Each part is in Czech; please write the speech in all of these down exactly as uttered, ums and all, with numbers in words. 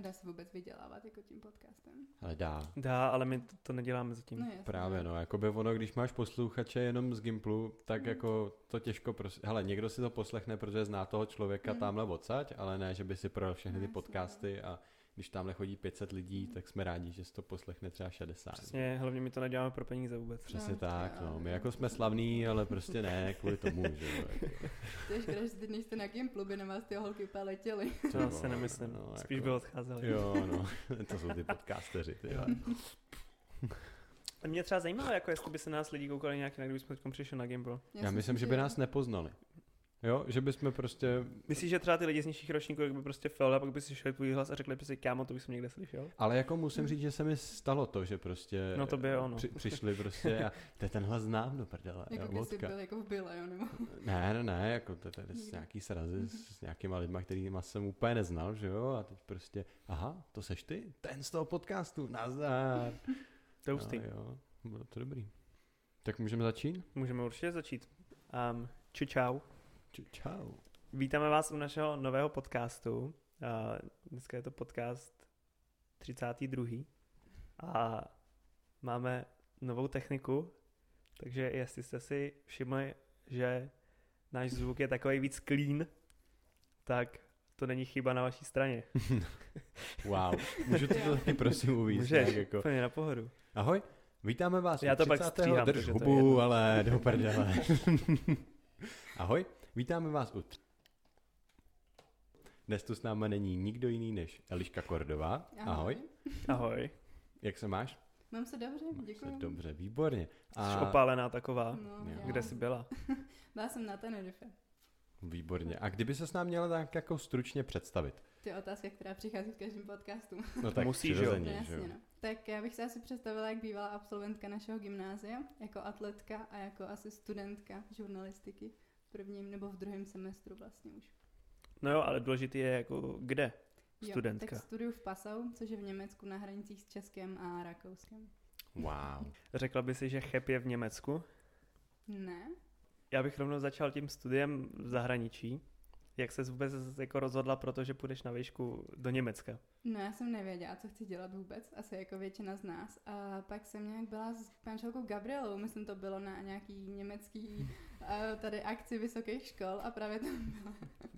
dá se vůbec vydělávat jako tím podcastem? Ale dá. Dá, ale my to, to neděláme zatím. No jasně. Právě no, jako by ono, když máš posluchače jenom z Gimplu, tak mm. jako to těžko, prostě, hele, někdo si to poslechne, protože zná toho člověka mm. tamhle odsaď, ale ne, že by si projel všechny ty podcasty a když tamhle chodí pět set lidí, mm. tak jsme rádi, že si to poslechne třeba šedesát. Přesně, hlavně my to neděláme pro peníze vůbec. Přesně no, tak, no, my jako jsme slavní, ale prostě ne, kvůli tomu, že jo. Jako. To je škoda, že teď nejste na Gimplu, by na vás ty holky úplně letěly. To asi nemyslím, no, spíš jako, by odcházeli. Jo, no, to jsou ty podcasteři, ty jo. Mě třeba zajímalo, jako jestli by se nás lidi koukali nějak, kdyby jsme teď přišli na Gimplu. Já, Já myslím, že by nás nepoznali. Jo, že bychom prostě... Myslíš, že třeba ty lidi z nižších ročníků, jak by prostě fell a pak by si šli tvůj hlas a řekli by si, kámo, to bych jsem někde slyšel? Ale jako musím říct, že se mi stalo to, že prostě... No to by ono. Při, přišli prostě a to je ten hlas znám do prdele. Jako když jsi byl jako v Byle, jo, nebo? Ne, ne, ne, jako to tady s nějaký srazy s nějakýma lidma, kterýma jsem úplně neznal, že jo, a teď prostě, aha, to seš ty? Ten z toho podcastu, nazdar. To hustý. No, jo, bylo to dobrý. Tak můžeme začít? Můžeme určitě začít. Um, ču čau. Ču čau. Vítáme vás u našeho nového podcastu. Uh, dneska je to podcast třicátý druhý a máme novou techniku, takže jestli jste si všimli, že náš zvuk je takový víc clean, tak to není chyba na vaší straně. Wow, můžu to taky prosím uvíct? Můžeš, jako... úplně na pohodu. Ahoj, vítáme vás Já u to pak třicátého stříhám, Drž takže to je hubu, jedno. ale do prdele. Ahoj, vítáme vás u... Tři... Dnes tu s náma není nikdo jiný než Eliška Kordová. Ahoj. Ahoj. Ahoj. Jak se máš? Mám se dobře, děkuji. Dobře, výborně. A... Jsi opálená taková. No, kde jsi byla? Byla jsem na Tenerife. Výborně. A kdyby se s nám měla tak jako stručně představit? To je otázka, která přichází v každém podcastu. No tak musíš, přirozeně, jo. že jo. Jasně, no. Tak já bych se asi představila, jak bývalá absolventka našeho gymnázia, jako atletka a jako asi studentka žurnalistiky v prvním nebo v druhém semestru vlastně už. No jo, ale důležitý je jako kde studentka. Jo, tak studuju v Passau, což je v Německu na hranicích s Českem a Rakouskem. Wow. Řekla by si, že Cheb je v Německu? Ne. Já bych rovnou začal tím studiem v zahraničí. Jak ses vůbec jako rozhodla, protože půjdeš na výšku do Německa? No já jsem nevěděla, co chci dělat vůbec, asi jako většina z nás. A pak jsem nějak byla s manželkou Gabrielou, myslím to bylo na nějaký německý tady akci vysokých škol a právě tam byla...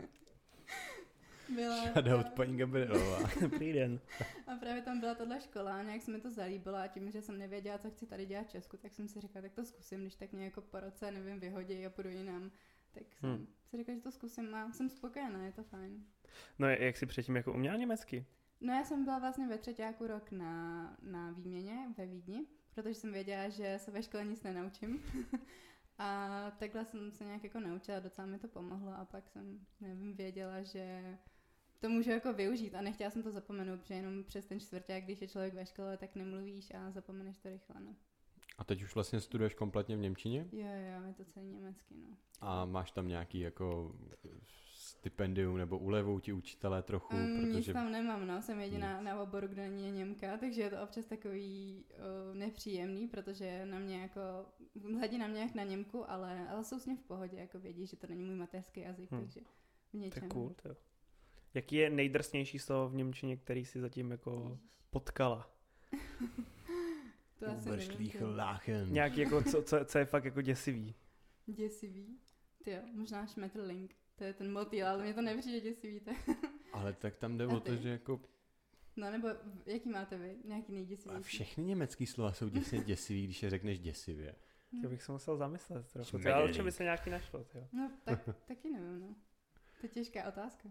byla Shoutout paní Gabrielová. Dobrý den. A právě tam byla tahle škola a nějak se mi to zalíbilo a tím, že jsem nevěděla, co chci tady dělat v Česku, tak jsem si říkala, tak to zkusím, když tak mě jako po roce, nevím, vyhodí a půjdu jinam. Tak jsem hmm. si říkala, že to zkusím a jsem spokojená, je to fajn. No jak jsi předtím jako uměla německy? No já jsem byla vlastně ve třetíku rok na, na výměně ve Vídni, protože jsem věděla, že se ve škole nic nenaučím. A takhle jsem se nějak jako naučila, docela mi to pomohlo a pak jsem, nevím, věděla, že to můžu jako využít a nechtěla jsem to zapomenout, protože jenom přes ten čtvrták, když je člověk ve škole, tak nemluvíš a zapomeneš to rychle, no. A teď už vlastně studuješ kompletně v němčině? Jo, jo, je to celý německý, no. A máš tam nějaký jako stipendium nebo ulevou ti učitelé trochu? Um, protože... Nic tam nemám, no, jsem jediná nic. Na oboru, kde není Němka, takže je to občas takový uh, nepříjemný, protože na mě jako, hledí na mě jak na Němku, ale, ale jsou s ním v pohodě, jako vědí, že to není můj mateřský jazyk, hmm. takže v něčem. Tak cool, to jo. Jaký je nejdrsnější slovo v němčině, který jsi zatím jako potkala? To asi nevím. Nějaký jako, co, co, co je fakt jako děsivý? Děsivý? Tyjo, možná šmetrling. To je ten motýl, ale mě to nepřijde děsivý. To... Ale tak tam jde o to, že jako... No nebo jaký máte vy? Nějaký nejděsivější? Všechny německý slova jsou děsně děsivý, když je řekneš děsivě. To bych se musel zamyslet trochu. To ale určitě by se nějaký našlo. Tyjo. No tak, taky nevím, no. To je těžká otázka.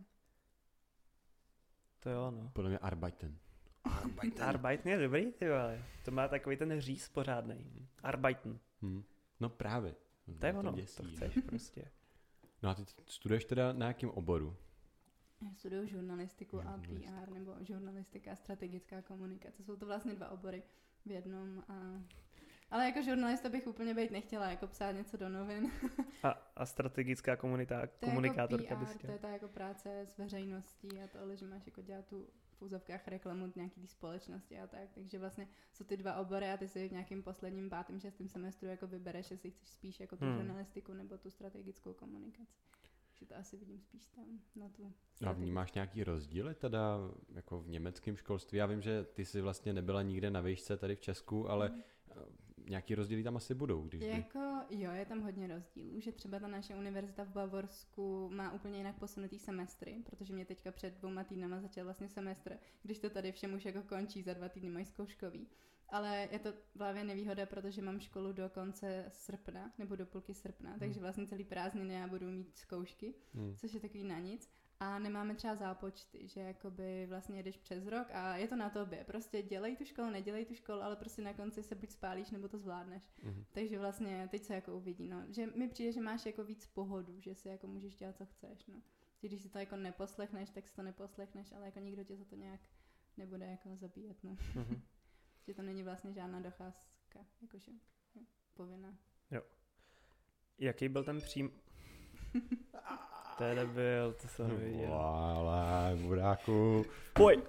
To jo, no. Podle mě Arbeiten. Arbeiten. Arbeiten je dobrý, ty vole. To má takový ten říz pořádnej. Arbeiten. Hmm. No právě. To je ono, to chceš prostě. No a ty studuješ teda na jakém oboru? Já studuju žurnalistiku a P R, nebo žurnalistika a strategická komunikace. Jsou to vlastně dva obory v jednom. A... Ale jako žurnalista bych úplně být nechtěla, jako psát něco do novin. A, a strategická komunita, komunikátorka bys chtěla. To je ta jako práce s veřejností a tohle, že máš jako dělat tu v úzovkách reklamu nějaký té společnosti a tak. Takže vlastně jsou ty dva obory a ty si v nějakým posledním pátým, šestým semestru jako vybereš, jestli chceš spíš jako tu hmm. žurnalistiku nebo tu strategickou komunikaci. že to asi vidím spíš tam na tu. A vnímáš nějaký rozdíly teda jako v německém školství? Já vím, že ty jsi vlastně nebyla nikde na výšce tady v Česku, ale mm. nějaký rozdíly tam asi budou, když by... Jako, jo, je tam hodně rozdílů, že třeba ta naše univerzita v Bavorsku má úplně jinak posunutý semestry, protože mě teďka před dvouma týdnama začal vlastně semestr, když to tady všem už jako končí, za dva týdny mají zkouškový. Ale je to právě nevýhoda, protože mám školu do konce srpna, nebo do půlky srpna, hmm. takže vlastně celý prázdniny já budu mít zkoušky, hmm. což je takový na nic. A nemáme třeba zápočty, že jakoby vlastně jedeš přes rok a je to na tobě. Prostě dělej tu školu, nedělej tu školu, ale prostě na konci se buď spálíš, nebo to zvládneš. Mm-hmm. Takže vlastně teď se jako uvidí, no. Že mi přijde, že máš jako víc pohodu, že si jako můžeš dělat, co chceš, no. Že když si to jako neposlechneš, tak si to neposlechneš, ale jako nikdo tě za to nějak nebude jako zabíjet, no. Mm-hmm. Že to není vlastně žádná docházka, jakože jo, povinná. Jo. Jaký byl ten přím... To je nebyl, to jsem viděl. Ale, budáku. Pojď!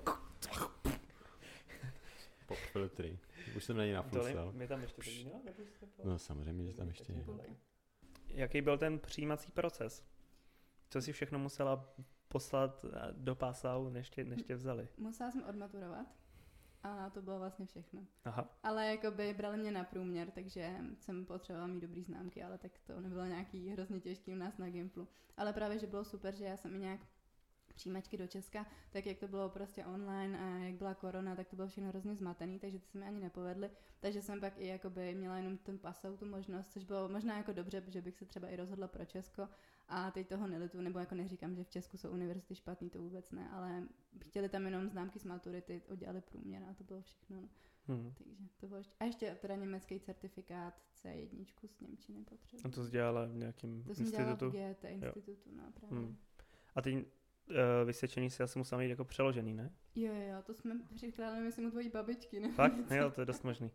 Pop filtry. Už jsem na ní naflusal. My tam ještě to měla? No samozřejmě, že tam ještě je. Jaký byl ten přijímací proces? Co si všechno musela poslat do pásau, než tě, než tě vzali? Musela jsem odmaturovat. A to bylo vlastně všechno. Aha. Ale jakoby brali mě na průměr, takže jsem potřebovala mít dobrý známky, ale tak to nebylo nějaký hrozně těžký u nás na Gimplu. Ale právě, že bylo super, že já jsem i nějak přijímačky do Česka, tak jak to bylo prostě online a jak byla korona, tak to bylo všechno hrozně zmatený, takže to se mi ani nepovedly. Takže jsem pak i jakoby měla jenom ten pasou, tu možnost, což bylo možná jako dobře, protože bych se třeba i rozhodla pro Česko a teď toho nelitu, nebo jako neříkám, že v Česku jsou univerzity špatný, to vůbec ne, ale chtěli tam jenom známky z maturity, udělali průměr a to bylo všechno. No. Hmm. Takže to bylo ještě, a ještě teda německý certifikát C jedna z němčiny potřebuji. A to jsi dělala v nějakém to institutu? To jsem dělala v G T institutu, no právě. Hmm. A ty uh, vysvědčení si asi musela mít jako přeložený, ne? Jo, jo, to jsme přikládali, myslím, u tvojí babičky, ne? Fakt? Jo, to je dost možný.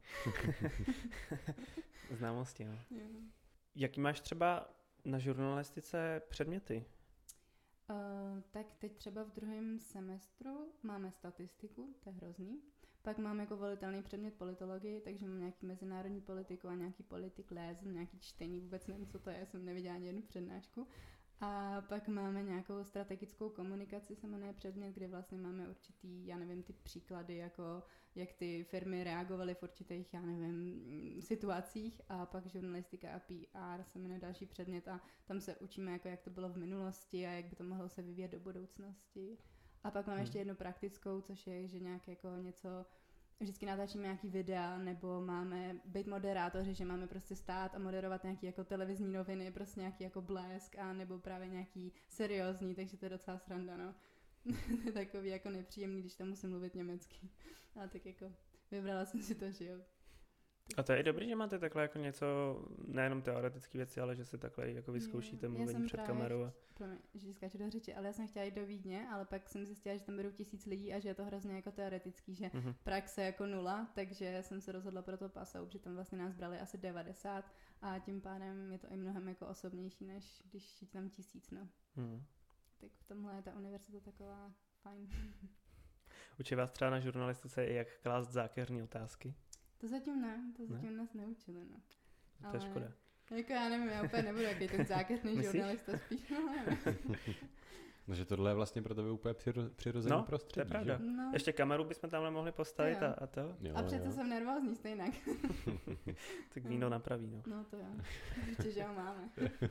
Známosti, no. Jo. Jaký máš třeba na žurnalistice předměty? Uh, tak teď třeba v druhém semestru máme statistiku, to je hrozný. Pak mám jako volitelný předmět politologii, takže mám nějaký mezinárodní politiku a nějaký politik lézem, nějaký čtení, vůbec nevím, co to je, jsem neviděla ani jednu přednášku. A pak máme nějakou strategickou komunikaci, se jmenuje předmět, kde vlastně máme určitý, já nevím, ty příklady, jako jak ty firmy reagovaly v určitých, já nevím, situacích, a pak žurnalistika a P R se jmenuje další předmět a tam se učíme, jako jak to bylo v minulosti a jak by to mohlo se vyvíjet do budoucnosti. A pak mám hmm. ještě jednu praktickou, což je, že nějak jako něco, vždycky natáčíme nějaký videa, nebo máme být moderátoři, že máme prostě stát a moderovat nějaký jako televizní noviny, prostě nějaký jako Blesk, a nebo právě nějaký seriózní, takže to je docela sranda, no. To je takový jako nepříjemný, když tam musím mluvit německy. Ale tak jako vybrala jsem si to, že jo. A to je dobrý, že máte takhle jako něco, nejenom teoretické věci, ale že se takhle jako vyzkoušíte mluvení před kamerou. A... Promiň, že skáču do řeči, ale já jsem chtěla jít do Vídně, ale pak jsem zjistila, že tam berou tisíc lidí a že je to hrozně jako teoretický, že mm-hmm. praxe jako nula, takže jsem se rozhodla pro to pasou, protože tam vlastně nás brali asi devadesát a tím pádem je to i mnohem jako osobnější, než když je tam tisíc, no. Mm. Tak v tomhle je ta univerzita taková fajn. Učí vás třeba na žurnalistice, jak klást zákeřní otázky? To zatím ne, to zatím ne? nás neučili, no. To ale... je škoda. Jako já nevím, já úplně nebudu jaký ten zákeřný žurnalista, spíš, no nevím. No, že tohle je vlastně pro tebe úplně přiro, přirozený no, prostředí, to je pravda. No. Ještě kameru bychom tam mohli postavit a, a to. Jo, a přece jo. jsem nervózní stejnak. Tak víno napraví, no. No to jo, určitě, že ho máme.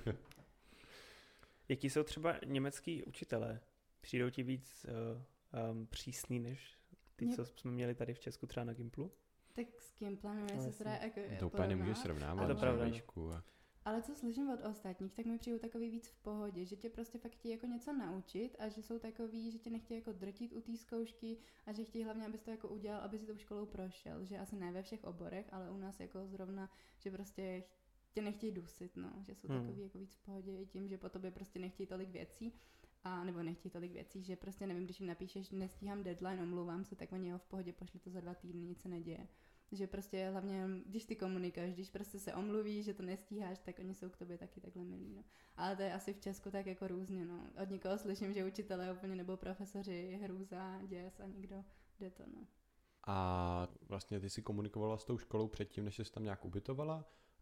Jaký jsou třeba německý učitelé? Přijdou ti víc uh, um, přísný, než ty, Mě... co jsme měli tady v Česku třeba na Gimplu? Tak s Gimplem je se teda jako to úplně nemůžu srovnávat. To pravda. A... Ale co slyším od ostatních, tak mi přijde takový víc v pohodě, že tě prostě fakt chtějí jako něco naučit a že jsou takový, že tě nechtějí jako drtit u té zkoušky a že chtějí hlavně, abys to jako udělal, aby si tou školou prošel, že asi ne ve všech oborech, ale u nás jako zrovna, že prostě tě nechtějí dusit, no, že jsou hmm. takový jako víc v pohodě i tím, že po tobě prostě nechtějí tolik věcí. A nebo nechtějí tolik věcí, že prostě nevím, když jim napíšeš, nestíhám deadline, omlouvám se, tak oni ho v pohodě pošli to za dva týdny, nic se neděje. Že prostě hlavně, když ty komunikuješ, když prostě se omluvíš, že to nestíháš, tak oni jsou k tobě taky takhle milí, no. Ale to je asi v Česku tak jako různě, no. Od někoho slyším, že učitelé úplně nebo profesoři hrůza, děs a nikdo jde to, no. A vlastně ty jsi komunikovala s tou školou předtím, než jsi tam nějak ubytovala?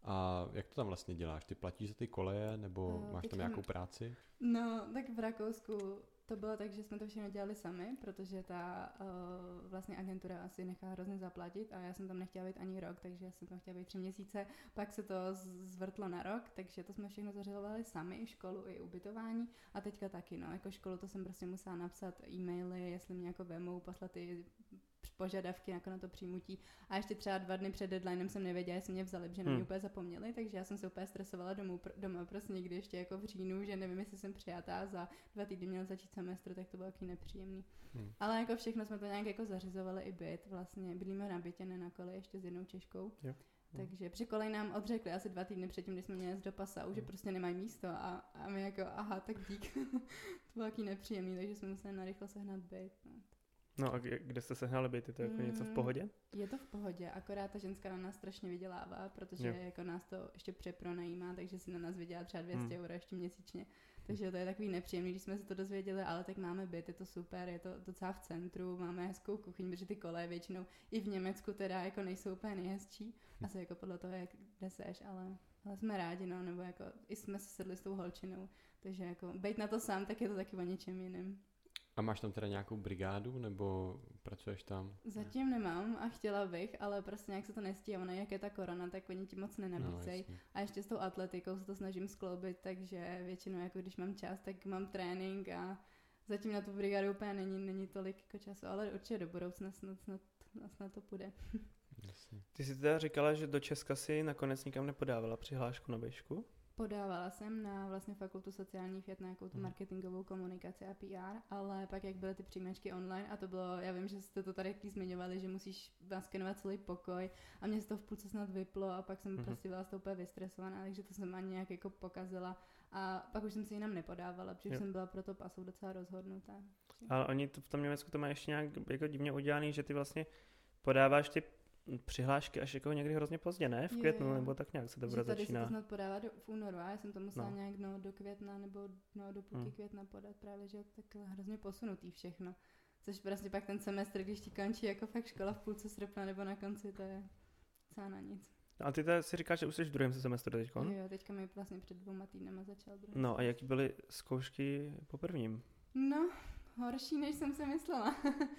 A jak to tam vlastně děláš? Ty platíš za ty koleje, nebo Uh, máš tam teďka- nějakou práci? No, tak v Rakousku to bylo tak, že jsme to všechno dělali sami, protože ta uh, vlastně agentura asi nechá hrozně zaplatit a já jsem tam nechtěla být ani rok, takže já jsem tam chtěla být tři měsíce, pak se to z- zvrtlo na rok, takže to jsme všechno zařizovali sami, i školu, i ubytování a teďka taky, no, jako školu to jsem prostě musela napsat e-maily, jestli mě jako vemou, poslat ty požadavky jako na to přijmutí a ještě třeba dva dny před deadlinem jsem nevěděla, jestli mě vzali, že na mě Hmm. úplně zapomněli, takže já jsem se úplně stresovala domů, pr- doma prostě někdy ještě jako v říjnu, že nevím, jestli jsem přijatá, za dva týdny měl začít semestr, tak to bylo taky nepříjemný. Hmm. Ale jako všechno jsme to nějak jako zařizovali i byt, vlastně bydlíme na bytě, ne na kole, ještě s jednou Češkou. Jo. Takže při koleji nám odřekli asi dva týdny předtím, když jsme měli jít do Passau, že Hmm. prostě nemají místo a, a my jako aha, tak dík. To bylo taky nepříjemný, takže jsme museli narychlo sehnat byt. No. No a kde kde jste sehnali byty? To je jako něco v Mm. pohodě? Je to v pohodě, akorát ta ženská na nás strašně vydělává, protože Jo. jako nás to ještě přepronajímá, takže si na nás vydělá třeba dvě stě Hmm. euro ještě měsíčně. Takže to je takový nepříjemný, když jsme se to dozvěděli, ale tak máme byt, je to super, je to docela v centru, máme hezkou kuchyň, protože ty koleje většinou i v Německu teda jako nejsou úplně nejhezčí, asi jako podle toho, jak kde seš, ale, ale jsme rádi, no, nebo jako i jsme si sedli s tou holčinou, takže jako bejt na to sám, tak je to taky o něčem jiným. A máš tam teda nějakou brigádu, nebo pracuješ tam? Zatím nemám a chtěla bych, ale prostě nějak se to nestíhá, ono jak je ta korona, tak oni ti moc nenabízejí. jasně. A ještě s tou atletikou se to snažím skloubit, takže většinou jako když mám čas, tak mám trénink a zatím na tu brigádu úplně není, není tolik jako času, ale určitě do budoucna snad, snad, snad to půjde. Jasně. Ty jsi teda říkala, že do Česka si nakonec nikam nepodávala přihlášku na výšku? Podávala jsem na vlastně fakultu sociálních věd, na nějakou tu Mhm. marketingovou komunikaci a P R, ale pak jak byly ty přijímačky online a to bylo, já vím, že jste to tady taky zmiňovali, že musíš naskenovat celý pokoj a mě se to v půlce snad vyplo a pak jsem Mhm. prostě byla z toho úplně vystresovaná, takže to jsem ani nějak jako pokazila a pak už jsem si jinam nepodávala, protože Jo. jsem byla pro to pasou docela rozhodnutá. Ale oni to v tom Německu to mají ještě nějak jako divně udělaný, že ty vlastně podáváš ty přihlášky až jako někdy hrozně pozdě, ne? V Jo, květnu, jo. nebo tak nějak se to Že bude tady se začíná. to snad podává do, v únoru a já jsem to musela No. nějak no, do května nebo no, do půlky Mm. května podat právě, že takhle hrozně posunutý všechno. Což prostě pak ten semestr, když ti končí jako fakt škola v půlce srpna nebo na konci, to je celá na nic. A ty teda si říkáš, že už jsi v druhém semestru teďko? Jo, jo, teďka mi vlastně před dvouma týdnama začal druhý. No a jaký byly zkoušky po prvním? No, horší, než jsem si myslela.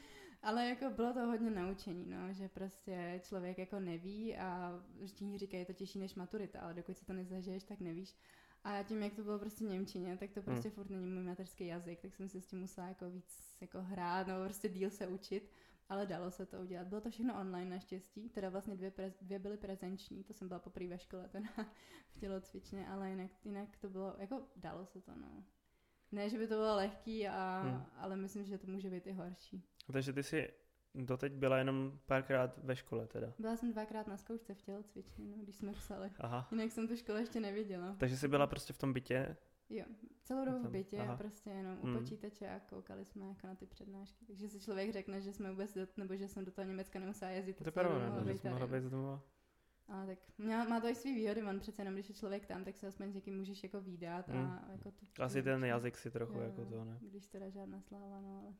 Ale jako bylo to hodně naučení, no, že prostě člověk jako neví a všichni říkají, je to těžší než maturita, ale dokud si to nezažiješ, tak nevíš. A tím, jak to bylo prostě němčině, tak to prostě furt není můj mateřský jazyk, tak jsem si s tím musela jako víc jako hrát, nebo prostě díl se učit, ale dalo se to udělat. Bylo to všechno online naštěstí, teda vlastně dvě, pre, dvě byly prezenční, to jsem byla poprvé ve škole, teda v tělocvičně, ale jinak, jinak to bylo, jako dalo se to, no. Ne, že by to bylo lehký, a, Hmm. ale myslím, že to může být i horší. Takže ty jsi doteď byla jenom párkrát ve škole teda. Byla jsem dvakrát na zkoušce v tělocvičně, no, když jsme psali. Aha. Jinak jsem tu školu ještě neviděla. Takže jsi byla prostě v tom bytě? Jo, celou dobu v Tam, bytě aha. a prostě jenom u Hmm. počítače a koukali jsme jako na ty přednášky. Takže si člověk řekne, že jsme vůbec, do, nebo že jsem do toho Německa nemusela jezdit. To je celou dobu pravda, mohla ne? být Že jsi mohla tady. být z domova. Ale tak má, má to i svý výhody, on přece jenom, když je člověk tam, tak se aspoň s někým můžeš jako výdat Hmm. a jako tu, Asi ten tu- jazyk si trochu jo, jako to, ne? Když teda žádná sláva, no ale...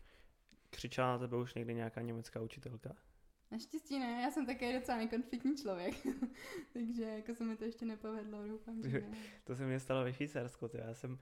Křičela na tebe už někdy nějaká německá učitelka? Naštěstí ne, já jsem také docela nekonfliktní člověk, takže jako se mi to ještě nepovedlo, doufám, že ne. To se mi stalo ve Švýcarsku, to já jsem,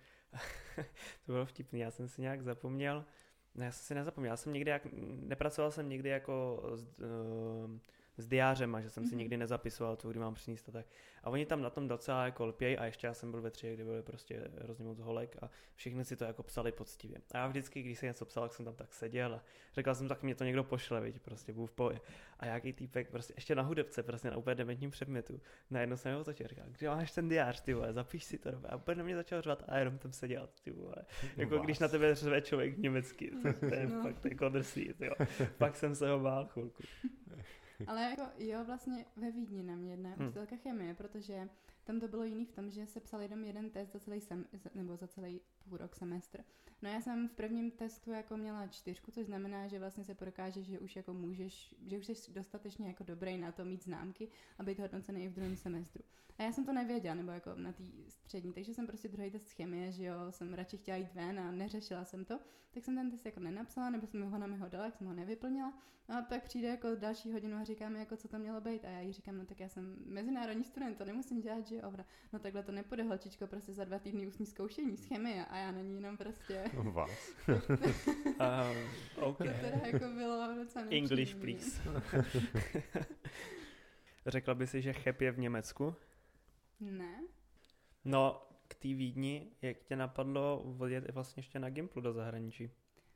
to bylo vtipný, já jsem si nějak zapomněl, ne, já jsem si nezapomněl, já jsem někdy, jak, nepracoval jsem někdy jako s, uh, s diářema, že jsem si Mhm. nikdy nezapisoval, co kdy mám přinést a tak. A oni tam na tom docela jako lpěj a ještě já jsem byl ve třídě, kdy byly prostě hrozně moc holek a všichni si to jako psali poctivě. A já vždycky, když jsem něco psal, tak jsem tam tak seděl a řekl jsem, tak mě to někdo pošle, viď, prostě budu v pohodě. A jaký týpek prostě ještě na hudebce, prostě na úplně dementním předmětu. Najednou jsem mi otočil, říkal, kde máš ten diář, ty vole, zapiš si to. A úplně na mě začal řvat a jenom tam seděl, ty vole. Jako když na tebe řve člověk německy, to, to je No. fakt to je jako drsný, jo. Pak jsem se ho bál chvilku. Ale jako jo, vlastně ve Vídni na mě jedna Hmm. učitelka chemie, protože tam to bylo jiný v tom, že se psal jenom jeden test za celý sem, nebo za celý půl rok semestr. No já jsem v prvním testu jako měla čtyřku, což znamená, že vlastně se prokáže, že už jako můžeš, že už jsi dostatečně jako dobrý na to mít známky a být hodnocený i v druhém semestru. A já jsem to nevěděla, nebo jako na té střední, takže jsem prostě druhý test chemie, že jo, jsem radši chtěla jít ven a neřešila jsem to, tak jsem ten test jako nenapsala, nebo jsem ho na mi ho dala, jak jsem ho nevyplnila. No a pak přijde jako další hodinu a říká mi, jako co to mělo být. A já jí říkám, no tak já jsem mezinárodní student, to nemusím dělat, že jo. No takhle to nepůjde, holčičko, prostě za dva týdny ústní zkoušení z chemie a já na ní jenom prostě... Vás. um, okay. To teda jako bylo docela nepříjemný. English, please. Řekla by si, že Cheb je v Německu? Ne. No, k té Vídni, jak tě napadlo odjet vlastně ještě na Gimplu do zahraničí?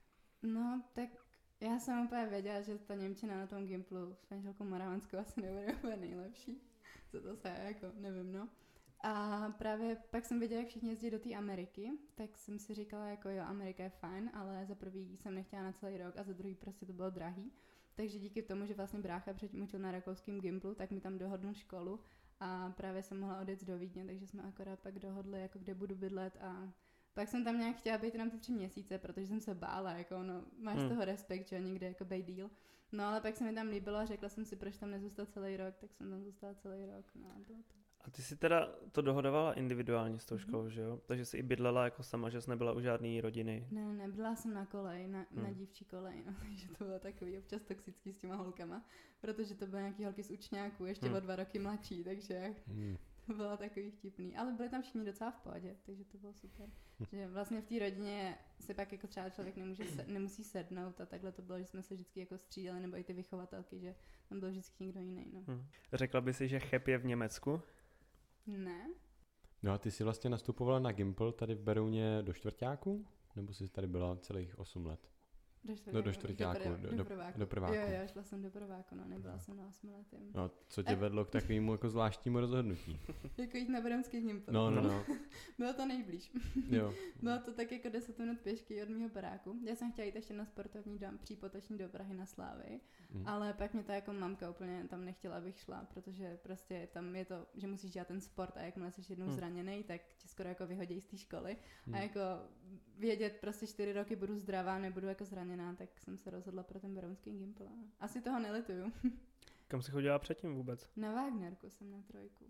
No, tak já jsem úplně věděla, že ta němčina na tom Gimplu s manželkou Moravenskou asi nebude úplně nejlepší. Co to se jako, nevím, no. A právě pak jsem věděla, jak všichni jezdí do té Ameriky, tak jsem si říkala, jako jo, Amerika je fajn, ale za prvý jsem nechtěla na celý rok a za druhý prostě to bylo drahý. Takže díky tomu, že vlastně brácha předtím učil na rakouském Gimplu, tak mi tam dohodnul školu a právě jsem mohla odjet do Vídně, takže jsme akorát pak dohodli, jako kde budu bydlet a pak jsem tam nějak chtěla být jenom ty tři měsíce, protože jsem se bála, jako no, máš z hmm. toho respekt, že někde jako bej díl. No ale pak se mi tam líbilo a řekla jsem si, proč tam nezůstat celý rok, tak jsem tam zůstala celý rok, no a bylo to. A ty jsi teda to dohodovala individuálně s tou školou, Mm-hmm. že jo? Takže jsi i bydlela jako sama, že jsi nebyla u žádný rodiny. Ne, ne, byla jsem na kolej, na, Hmm. na dívčí kolej, no, takže to bylo takový občas toxický s těma holkama, protože to byly nějaký holky z učňáků, ještě Hmm. o dva roky mladší, takže Hmm. to bylo takový vtipný, ale byli tam všichni docela v pohodě, takže to bylo super. Že vlastně v té rodině se pak jako třeba člověk nemůže se, nemusí sednout a takhle to bylo, že jsme se vždycky jako střídali, nebo i ty vychovatelky, že tam byl vždycky někdo jiný, no. Hmm. Řekla by si, že Cheb je v Německu? Ne? No a ty jsi vlastně nastupovala na Gimpl tady v Berouně do čtvrťáku? Nebo jsi tady byla celých osm let? Do No, do čtvrťáku, do, do- do, do- prváku. do prváku. Jo, jo, šla jsem do prváku, no, nebyla jsem na osmiletým. No, co tě vedlo k takovému jako zvláštnímu rozhodnutí? Jako jít na Berounský Gimpl. No, no, no. Bylo to nejblíž. Jo. Bylo to tak jako deset minut pěšky od mého baráku. Já jsem chtěla jít ještě na sportovní dom přípotoční do Prahy na Slávy, Mm. ale pak mě to jako mamka úplně tam nechtěla, abych šla, protože prostě tam je to, že musíš dělat ten sport a jakmile jsi jednou Hmm. zraněný, tak tě skoro jako vyhodí z té školy. Hmm. A jako vědět prostě čtyři roky budu zdravá, nebudu jako zraněná, tak jsem se rozhodla pro ten Berounský Gimpl. Asi toho nelituju. Kam jsi chodila předtím vůbec? Na Wagnerku jsem na trojku.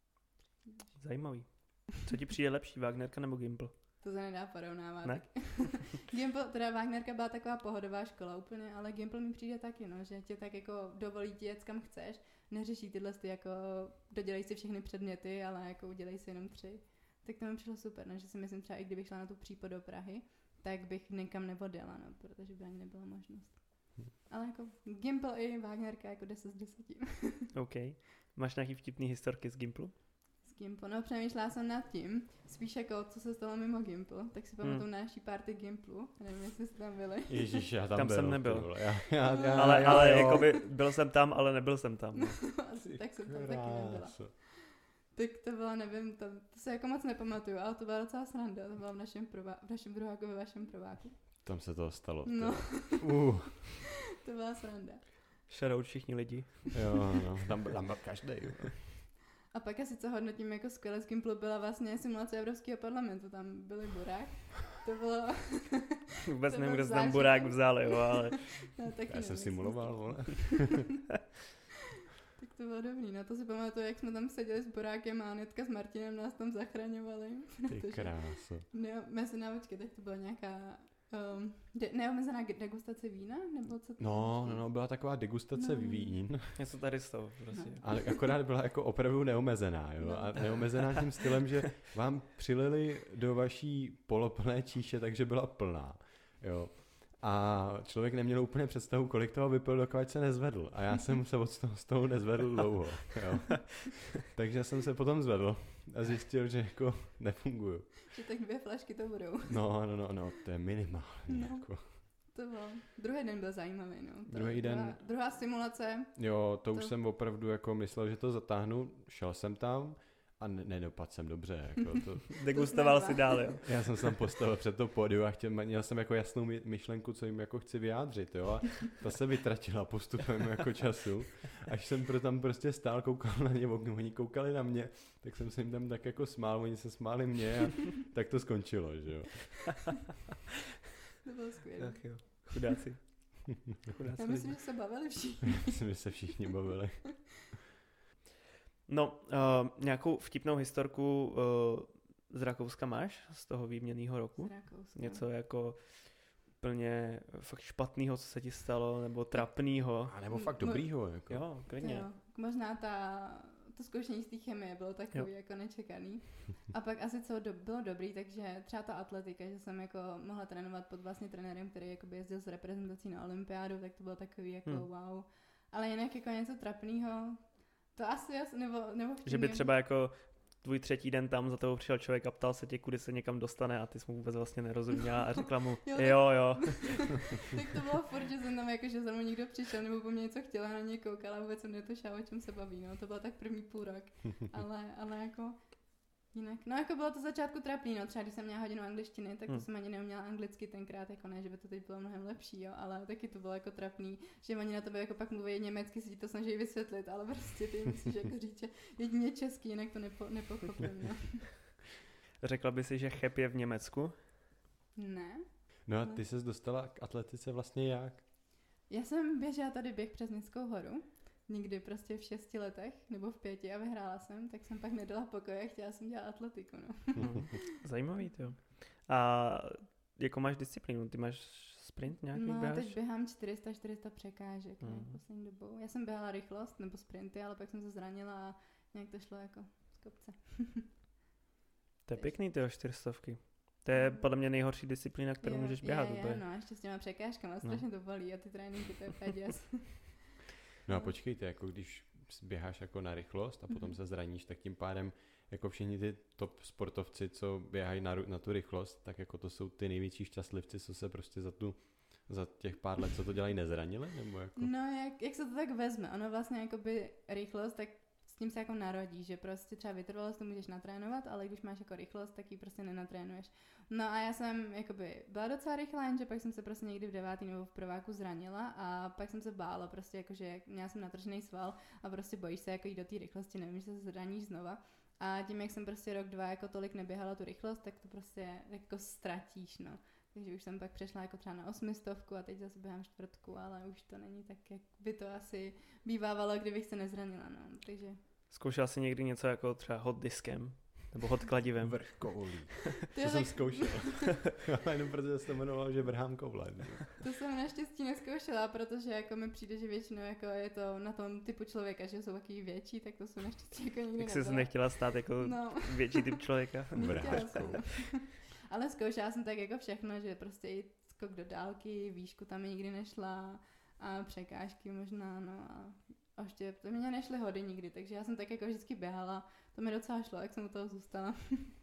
Zajímavý. Co ti přijde lepší, Wagnerka nebo Gimpl? To se nedá porovnávat. Ne? Gimpl, teda Wagnerka byla taková pohodová škola úplně, ale Gimpl mi přijde taky, no, že tě tak jako dovolí ti jet kam chceš, neřeší tyhle ty jako, dodělej si všechny předměty, ale jako udělej si jenom tři. Tak to mi přišlo super, no, že si myslím třeba i kdybych šla na tu případ do Prahy, tak bych nikam neodjela, no, protože by ani nebyla možnost. Ale jako Gimpl i Wagnerka jako deset z deseti. OK. Máš nějaký vtipný historky z Gimplu? Z Gimplu, no přemýšlela jsem nad tím, spíš jako co se stalo mimo Gimpl, tak si pamatuju hmm. na naší party Gimplu, nevím, jestli jste tam byli. Ježíš, já tam, Tam byl, jsem nebyl. ty vole. Já, já, já, ale já, ale jo. jakoby byl jsem tam, ale nebyl jsem tam. No. Asi, tak jsem tam taky nebyla. Kráso. Tak to bylo, nevím, to, to se jako moc nepamatuju, ale to byla docela sranda, to bylo v našem, prvá, v našem druháku, ve vašem prváku. Tam se toho stalo. No, Uh, to byla sranda. Shoutout všichni lidi. jo, no, tam, tam byl každý. A pak asi co hodnotím jako skvěle z Gimplu byla vlastně simulace Evropského parlamentu, tam byly burák. To bylo... Vůbec To nevím, byl kde se tam zážitek. burák vzal, jo, ale No, taky Já jsem nevím, simuloval, vole. Tak to bylo dobrý, no to si pamatuju, jak jsme tam seděli s Borákem a Anetka s Martinem nás tam zachraňovali. Ty protože- kráso. Ne, mezi počkej, tak to byla nějaká um, de, neomezená ge- degustace vína, nebo co to No, bylo? no, no, byla taková degustace No. vín, něco tady z toho prostě. No. ale akorát byla jako opravdu neomezená, jo. No. A neomezená tím stylem, že vám přilili do vaší poloplné číše, takže byla plná, jo. A člověk neměl úplně představu, kolik toho vypil, dokud se nezvedl. A já jsem se od toho, z toho nezvedl dlouho, jo. Takže jsem se potom zvedl a zjistil, že jako nefunguju. Že tak dvě flašky to budou. No, no, no, no, to je minimálně. No. Jako. To bylo. Druhý den byl zajímavý, no. To, Druhý den- Druhá, druhá simulace. Jo, to už To- jsem opravdu jako myslel, že to zatáhnu. Šel jsem tam a ne, nedopadl jsem dobře. Jako to... Degustoval si dál, jo. Já jsem se tam postavil před to pódium a chtěl, měl jsem jako jasnou my, myšlenku, co jim jako chci vyjádřit, jo, a ta se vytratila postupem jako času, až jsem pro tam prostě stál, koukal na ně, oni koukali na mě, tak jsem se jim tam tak jako smál, oni se smáli mě a tak to skončilo, že jo. To bylo skvělé. Tak jo, chudáci. chudáci Já myslím, lidi. že se bavili všichni. Myslím, že se všichni bavili. No, uh, nějakou vtipnou historku uh, z Rakouska máš? Z toho výměnného roku? Z Rakouska. Něco jako úplně fakt špatného, co se ti stalo, nebo trapného? A nebo fakt No, dobrýho, jako. Jo, klidně. Jo, možná ta, to zkoušení z té chemie bylo takový Jo. jako nečekaný. A pak asi co do, bylo dobrý, takže třeba ta atletika, že jsem jako mohla trénovat pod vlastně trenérem, který jakoby jezdil s reprezentací na olympiádu, tak to bylo takový jako Hmm. wow. Ale jinak jako něco trapného, to asi, asi nebo, nebo Že by třeba jako tvůj třetí den tam za tebou přišel člověk a ptal se tě, kudy se někam dostane a ty jsi mu vůbec vlastně nerozuměla a řekla mu, Jo, jo, tak- jo. Tak to bylo furt, že jsem tam jako, že za mnou někdo přišel nebo po mně něco chtěla, na něj koukala a vůbec jsem netušila, o čem se baví, no, to bylo tak první půl rok, ale, ale jako jinak, no jako bylo to začátku trapný, no, třeba když jsem měla hodinu angličtiny, tak to Hmm. jsem ani neuměla anglicky tenkrát, jako ne, že by to teď bylo mnohem lepší, jo, ale taky to bylo jako trapný, že oni na tebe jako pak mluví německy, si ti to snaží vysvětlit, ale prostě ty musíš jako říct, že jedině český, jinak to nepo, nepochopím, no. Řekla by si, že cheb je v Německu? Ne. No a ty ses dostala k atletice vlastně jak? Já jsem běžela tady běh přes Nízkou horu, někdy prostě v šesti letech, nebo v pěti a vyhrála jsem, tak jsem pak nedala pokoj a chtěla jsem dělat atletiku, no. Hmm. Zajímavý, to. A jako máš disciplínu? Ty máš sprint nějaký No, běháš? teď běhám čtyři sta čtyři sta překážek, Mhm. mm. poslední dobou. Já jsem běhala rychlost nebo sprinty, ale pak jsem se zranila a nějak to šlo jako z kopce. To je pěkný, ty čtyřstovky. To je podle mě nejhorší disciplína, kterou Jo, můžeš běhat je, je, úplně. no, a ještě s těma překážkama, strašně to bolí a ty tréninky, to je úplně děs. No a počkejte, jako když běháš jako na rychlost a potom Mhm. se zraníš, tak tím pádem jako všichni ty top sportovci, co běhají na, ru- na tu rychlost, tak jako to jsou ty největší šťastlivci, co se prostě za tu za těch pár let, co to dělají, nezranili? Nebo jako... No, jak, jak se to tak vezme, ono vlastně jakoby rychlost, tak s tím se jako narodí, že prostě třeba vytrvalost to můžeš natrénovat, ale když máš jako rychlost, tak ji prostě nenatrénuješ. No a já jsem jakoby byla docela rychlá, jenže pak jsem se prostě někdy v devátý nebo v prváku zranila a pak jsem se bála prostě jakože měla jsem natržený sval a prostě bojíš se jako jít do té rychlosti, nevím, že se zraníš znova. A tím, jak jsem prostě rok, dva jako tolik neběhala tu rychlost, tak to prostě jako ztratíš, no. Takže už jsem pak přešla jako třeba na osmistovku a teď zase běhám čtvrtku, ale už to není tak, jak by to asi bývávalo, kdybych se nezranila, no. Takže... Zkoušela jsi někdy něco jako třeba hot diskem? Nebo hot kladivem? Vrch koulí. To, To jsem zkoušel. Ale jenom protože se to jmenovalo, že vrhám koule. to jsem naštěstí neskoušela, protože jako mi přijde, že většinou jako je to na tom typu člověka, že jsou takový větší, tak to jsou naštěstí jako nikdy Jak jsi nebyla. nechtěla stát jako No. větší typ člověka? Nechtěla jsem. Vrháčkou. Ale zkoušela jsem tak jako všechno, že prostě i skok do dálky, výšku tam mi nikdy nešla a překážky možná, no a a ještě to mě nešly hody nikdy, takže já jsem tak jako vždycky běhala, to mi docela šlo, jak jsem u toho zůstala.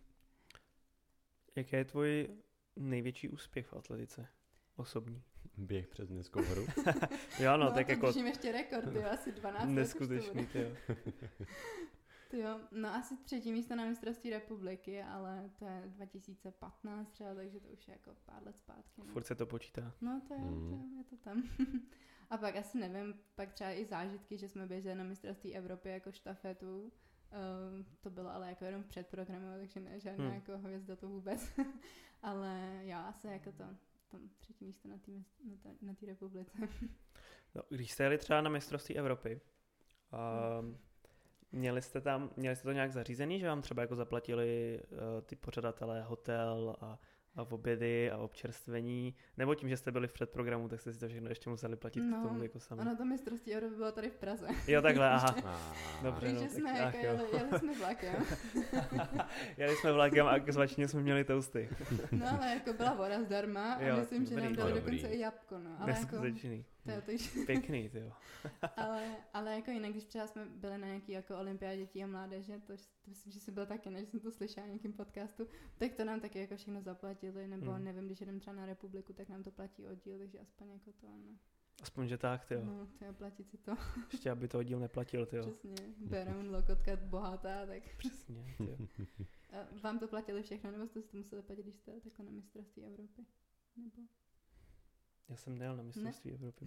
Jaký je tvůj největší úspěch v atletice? Osobní. Běh přes Nízkou horu. Jo, no, no tak to jako držím ještě rekord, jo, asi dvanáct let už to neskutečný, bude. ty jo. Ty jo, no asi třetí místo na mistrovství republiky, ale to je dva tisíce patnáct třeba, takže to už je jako pár let zpátky. No, Furt se to počítá. no to jo, Mm. to jo, je to tam. A pak asi nevím, pak třeba i zážitky, že jsme běželi na mistrovství Evropy jako štafetu. Um, to bylo ale jako jenom předprogramu, takže ne žádná Hmm. jako hvězda to vůbec. Ale jo, asi jako to, to třetí místo na té na té- na té republice. No, když jste jeli třeba na mistrovství Evropy, um, měli jste tam, měli jste to nějak zařízený, že vám třeba jako zaplatili uh, ty pořadatelé hotel a, a obědy a občerstvení, nebo tím, že jste byli v předprogramu, tak jste si to všechno ještě museli platit No, k tomu jako sami. Ono to mistrovství Evropy bylo tady v Praze. Jo, takhle, aha. Ah. Dobře. Takže no, tak jsme ach, jako jo. jeli, jeli jsme vlakem. Jeli jsme vlakem a k zvačině jsme měli toasty. No ale jako byla voda zdarma a Jo, myslím, že nám dobrý. dali Dobrý. dokonce i jabko, no. Ale jako, Neskutečný. to, je, takže, Pěkný, ty jo. ale, ale jako jinak, když třeba jsme byli na nějaký jako olympiádě dětí a mládeže, to, to myslím, že jsi byl taky, než jsem to slyšela v nějakým podcastu, tak to nám taky jako všechno zaplatili, nebo Hmm. nevím, když jdem třeba na republiku, tak nám to platí oddíl, takže aspoň jako to, no. Aspoň, že tak, tyjo. No, tyjo, platit si to. Ještě, aby to oddíl neplatil, tyjo. Přesně. Beroun, Lokotka, bohatá, tak. Přesně, tyjo. A vám to platili všechno, nebo jste si to museli platit, když jste takhle na mistrovství Evropy? Nebo? Já jsem nejel na mistrovství Evropy.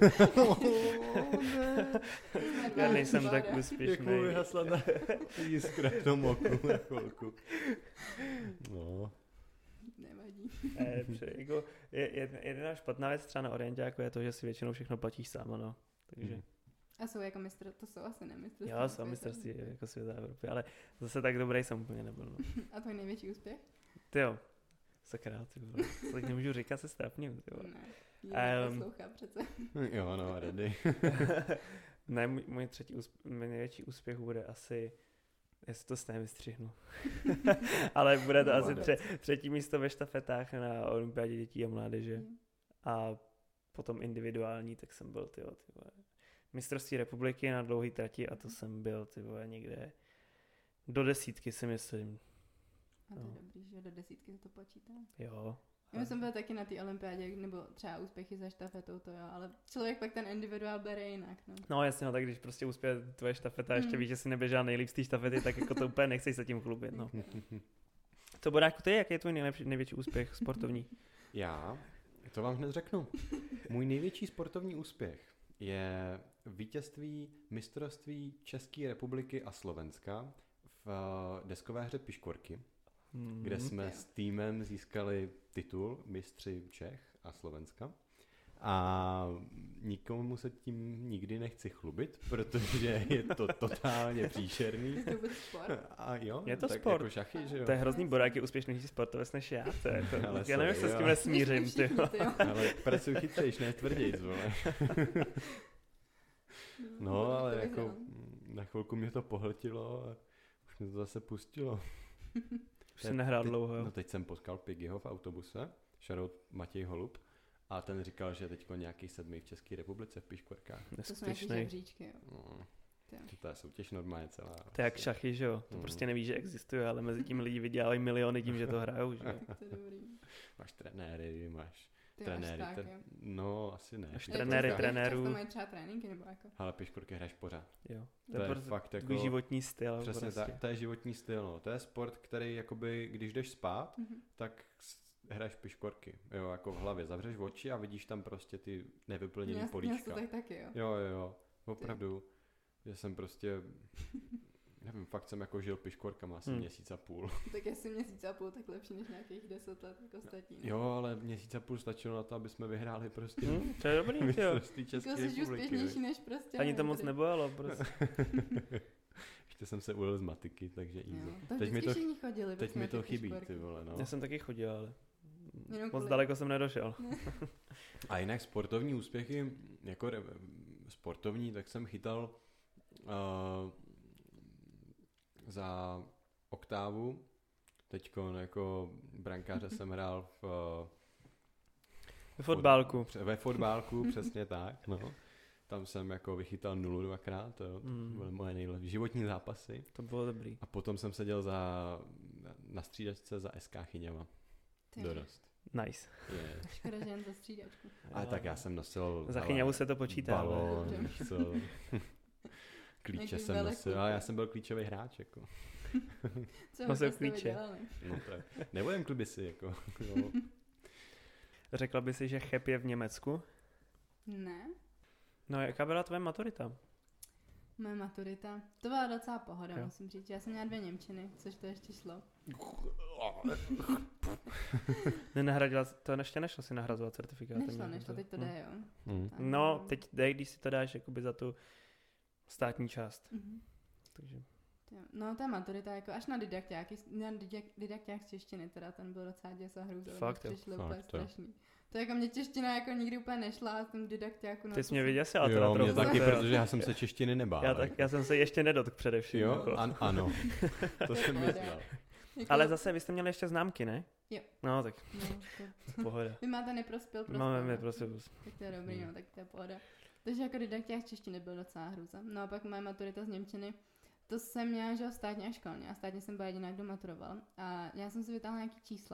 Já Já nejsem tak úspěšný. Děkuji, vyhasla ta jiskra v tom oku na chvilku. No. Nevadí. Ne, pře, jako, je, je, jedna špatná věc třeba na orientáku je to, že si většinou všechno platíš sám, no. Takže... Hmm. A jsou jako mistr, to jsou asi nemistrovství. Jo, jsou mistrovství jako světa Evropy, ale zase tak dobrý jsem úplně nebyl, no. A tvůj největší úspěch? Tyjo, sakra, ty vole. To tak nemůžu říkat, se strápním, ty vole. Ne, já Um, poslouchám přece. Jo, no, ready. Ne, můj, můj třetí úspěch, můj největší úspěch bude asi, jestli to stejně vystřihnu, ale bude to No, asi ne. tře, třetí místo ve štafetách na olympiádě dětí a mládeže. Mm. A potom individuální, tak jsem byl, tyjo, ty vole, mistrovství republiky na dlouhý trati a to jsem byl, ty vole, někde do desítky, si myslím. A to je No. dobrý, že do desítky se to počítá. Jo. Já jsem byl taky na té olympiádě, nebo třeba úspěchy za štafetou, to jo, ale člověk pak ten individuál bere jinak, no. No jasně, no tak když prostě uspěje tvoje štafeta a ještě Hmm. víš, že si neběžela nejlíp z té štafety, tak jako to úplně nechceš se tím chlubit, no. To Boráku, ty, jaký je tvůj nejlepší, největší úspěch sportovní? Já, to vám hned řeknu. Můj největší sportovní úspěch je vítězství mistrovství České republiky a Slovenska v eh, deskové hře Piškvorky, Hmm. kde jsme Jo. s týmem získali titul mistři Čech a Slovenska. A nikomu se tím nikdy nechci chlubit, protože je to totálně příšerný. Je to vůbec sport? A jo, Je to tak sport. jako šachy, že jo. To je hrozný, Borák je úspěšnější sportovec než já, to je to. Ale Já nevím, jak se s sorry, tím jo. nesmířím, ty. Všichni, ty jo. Ale pracuji chytřejš, ne tvrdějc, vole. No, ale to jako vyhrál. mm, na chvilku mě to pohltilo a už mě to zase pustilo. Už jsem nehrál Teď- dlouho, jo. No teď jsem potkal Piggyho v autobuse, shoutout Matěj Holub, a ten říkal, že teďko nějaký sedmý v České republice v Piškvorkách. To jsou nějaký Neskutečný. žebříčky, jo. No, Ty jo. to je soutěž normálně celá. To je jak šachy, že jo. To Mm. prostě neví, že existuje, ale mezi tím lidi vydělávají miliony tím, že to hrajou, že jo. To je dobrý. Máš trenéry, máš Ty až trenéry. tak, Ten... jo. No, asi ne. Až Piškvorky- trenéry, Často- trenérů. Často mají třeba tréninky, nebo jako. Ale Piškvorky hraješ pořád. Jo. To je prostě fakt jako... takový životní styl. Přesně prostě. tak, to je životní styl, no. To je sport, který jakoby, když jdeš spát, Mhm. tak s- hraješ piškvorky, jo, jako v hlavě. Zavřeš oči a vidíš tam prostě ty nevyplněný Měl- měl jsi políčka. to tak taky, jo. Jo, jo, jo, opravdu. Že jsem prostě, nevím, fakt jsem jako žil piškvorkama asi Hmm. měsíc a půl. Tak jestli měsíc a půl, tak lepší než nějakých deset let jako ostatní. no. Jo, ale měsíc a půl stačilo na to, aby jsme vyhráli prostě Hm, to je dobrý, jo. mistrovství České Jako jsi republiky. úspěšnější viď. než prostě. Ani to nevím, moc tady. nebojalo, prostě. Ještě jsem se ujel z matiky, takže easy. Jo, to Teď mi vždycky to- všichni chodili. Teď prostě mi na to ty chybí, piškvorky. ty vole, no. Já jsem taky chodil, ale Jenom moc kvůli- daleko jsem nedošel. A jinak sportovní úspěchy, jako re- sportovní, tak jsem chytal uh, za oktávu. Teďko jako brankáře jsem hrál v, uh, Ve fotbálku. Fot- Ve fotbálku, přesně tak, no. Tam jsem jako vychytal nulu dvakrát, jo. To Mm. byly moje nejlepší životní zápasy. To bylo dobrý. A potom jsem seděl za, na střídačce za S K Chyněva. Ty, Dorost. Nice. Je. Škoda, že jen za střídačku. Ale tak já jsem nosil... Za hele, Chyňavu se to počítá. ale- balón, Dobře. víš co. Klíče Nějaký jsem velek nosil, kluk. ale já jsem byl klíčový hráč, jako. Co Nosil byste s tím klíče. dělali? No to je, nebudem kluby si, jako. Jo. Řekla by si, že Cheb je v Německu? Ne, No, jaká byla tvoje maturita? moje maturita. To byla docela pohoda, Jo. musím říct. Já jsem měla dvě němčiny, což to ještě šlo. Nenahradila, to ještě nešlo si nahrazovat certifikátem. Nešlo, nějakým nešlo, to- teď to no. jde, jo. Hmm. Tak, No, teď dej, když si to dáš jakoby za tu státní část. Mhm. Takže Jo. No, ta maturita, jako až na didakťáky, na didak, didakťák z češtiny, teda ten byl docela děs a hrůza. Fakt, jo. Přišlo Fakt, úplně jo. strašný. To jako mě čeština jako nikdy úplně nešla a jsem didakťáku. ty jsi mě vyděsila teda Jo, mě trochu. taky, to jo. protože já jsem se češtiny nebál. já, tak, já jsem se ještě nedotkl především. Jo, jako. an, ano. To jsem pohoda. myslel. Jako, Ale zase vy jste měli ještě známky, ne? Jo. No, tak No, to, pohoda. vy máte neprospěl prostě. Máme no. mi prostě. Tak to je dobrý, Hmm. no, tak to je pohoda. Takže jako didakťák z češtiny byl docela hrůza. No a pak moje maturita z němčiny, to jsem měla, že jo, státně a školně. A státně jsem byla jediná, kdo maturoval. A já jsem si vytáhla nějaký číslo.